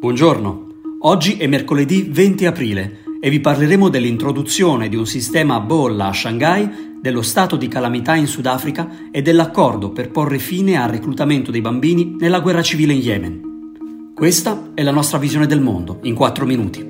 Buongiorno, oggi è mercoledì 20 aprile e vi parleremo dell'introduzione di un sistema a bolla a Shanghai, dello stato di calamità in Sudafrica e dell'accordo per porre fine al reclutamento dei bambini nella guerra civile in Yemen. Questa è la nostra visione del mondo, in 4 minuti.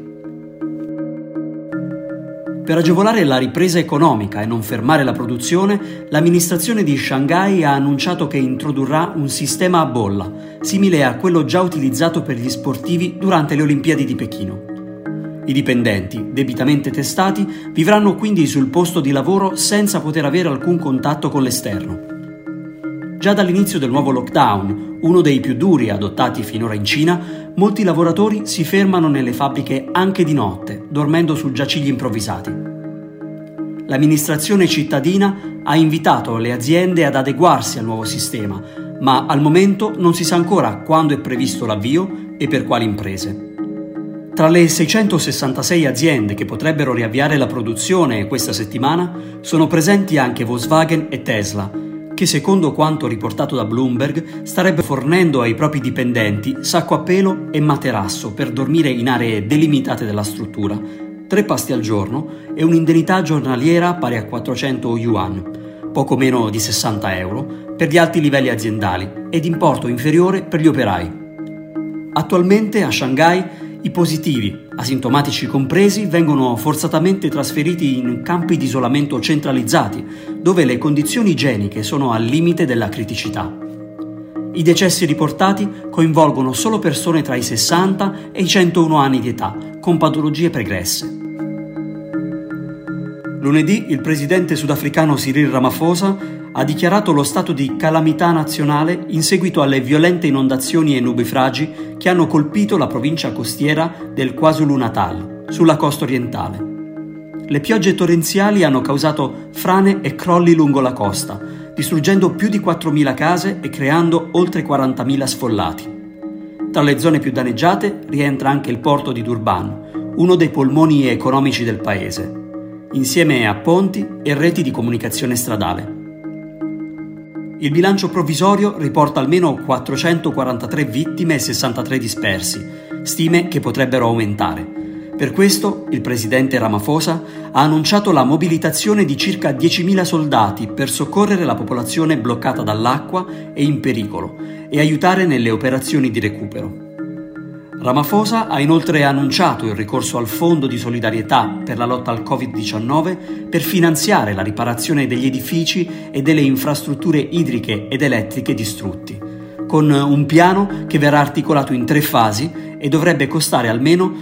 Per agevolare la ripresa economica e non fermare la produzione, l'amministrazione di Shanghai ha annunciato che introdurrà un sistema a bolla, simile a quello già utilizzato per gli sportivi durante le Olimpiadi di Pechino. I dipendenti, debitamente testati, vivranno quindi sul posto di lavoro senza poter avere alcun contatto con l'esterno. Già dall'inizio del nuovo lockdown, uno dei più duri adottati finora in Cina, molti lavoratori si fermano nelle fabbriche anche di notte, dormendo su giacigli improvvisati. L'amministrazione cittadina ha invitato le aziende ad adeguarsi al nuovo sistema, ma al momento non si sa ancora quando è previsto l'avvio e per quali imprese. Tra le 666 aziende che potrebbero riavviare la produzione questa settimana sono presenti anche Volkswagen e Tesla, che secondo quanto riportato da Bloomberg starebbe fornendo ai propri dipendenti sacco a pelo e materasso per dormire in aree delimitate della struttura, 3 pasti al giorno e un'indennità giornaliera pari a 400 yuan, poco meno di 60 euro, per gli alti livelli aziendali ed importo inferiore per gli operai. Attualmente a Shanghai i positivi, asintomatici compresi, vengono forzatamente trasferiti in campi di isolamento centralizzati, dove le condizioni igieniche sono al limite della criticità. I decessi riportati coinvolgono solo persone tra i 60 e i 101 anni di età, con patologie pregresse. Lunedì il presidente sudafricano Cyril Ramaphosa ha dichiarato lo stato di calamità nazionale in seguito alle violente inondazioni e nubifragi che hanno colpito la provincia costiera del KwaZulu-Natal, sulla costa orientale. Le piogge torrenziali hanno causato frane e crolli lungo la costa, distruggendo più di 4.000 case e creando oltre 40.000 sfollati. Tra le zone più danneggiate rientra anche il porto di Durban, uno dei polmoni economici del paese, insieme a ponti e reti di comunicazione stradale. Il bilancio provvisorio riporta almeno 443 vittime e 63 dispersi, stime che potrebbero aumentare. Per questo il presidente Ramaphosa ha annunciato la mobilitazione di circa 10.000 soldati per soccorrere la popolazione bloccata dall'acqua e in pericolo e aiutare nelle operazioni di recupero. Ramaphosa ha inoltre annunciato il ricorso al Fondo di solidarietà per la lotta al Covid-19 per finanziare la riparazione degli edifici e delle infrastrutture idriche ed elettriche distrutti, con un piano che verrà articolato in 3 fasi e dovrebbe costare almeno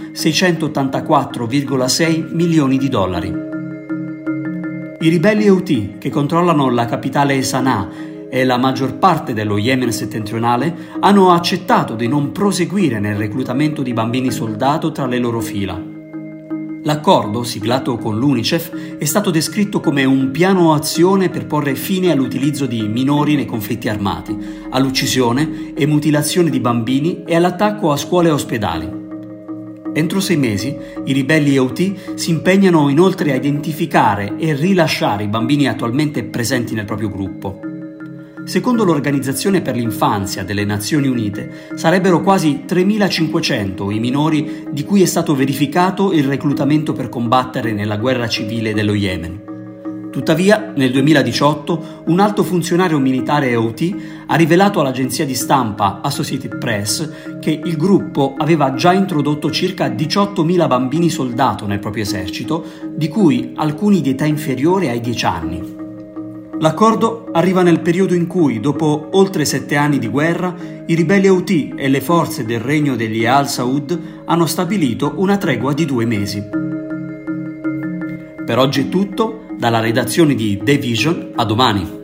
684,6 milioni di dollari. I ribelli Houthi, che controllano la capitale Sana'a e la maggior parte dello Yemen settentrionale, hanno accettato di non proseguire nel reclutamento di bambini soldato tra le loro fila. L'accordo, siglato con l'UNICEF, è stato descritto come un piano azione per porre fine all'utilizzo di minori nei conflitti armati, all'uccisione e mutilazione di bambini e all'attacco a scuole e ospedali. Entro 6 mesi, i ribelli Houthi si impegnano inoltre a identificare e rilasciare i bambini attualmente presenti nel proprio gruppo. Secondo l'Organizzazione per l'Infanzia delle Nazioni Unite, sarebbero quasi 3.500 i minori di cui è stato verificato il reclutamento per combattere nella guerra civile dello Yemen. Tuttavia, nel 2018, un alto funzionario militare Houthi ha rivelato all'agenzia di stampa Associated Press che il gruppo aveva già introdotto circa 18.000 bambini soldato nel proprio esercito, di cui alcuni di età inferiore ai 10 anni. L'accordo arriva nel periodo in cui, dopo oltre 7 anni di guerra, i ribelli Houthi e le forze del regno degli Al Saud hanno stabilito una tregua di 2 mesi. Per oggi è tutto, dalla redazione di The Vision, a domani.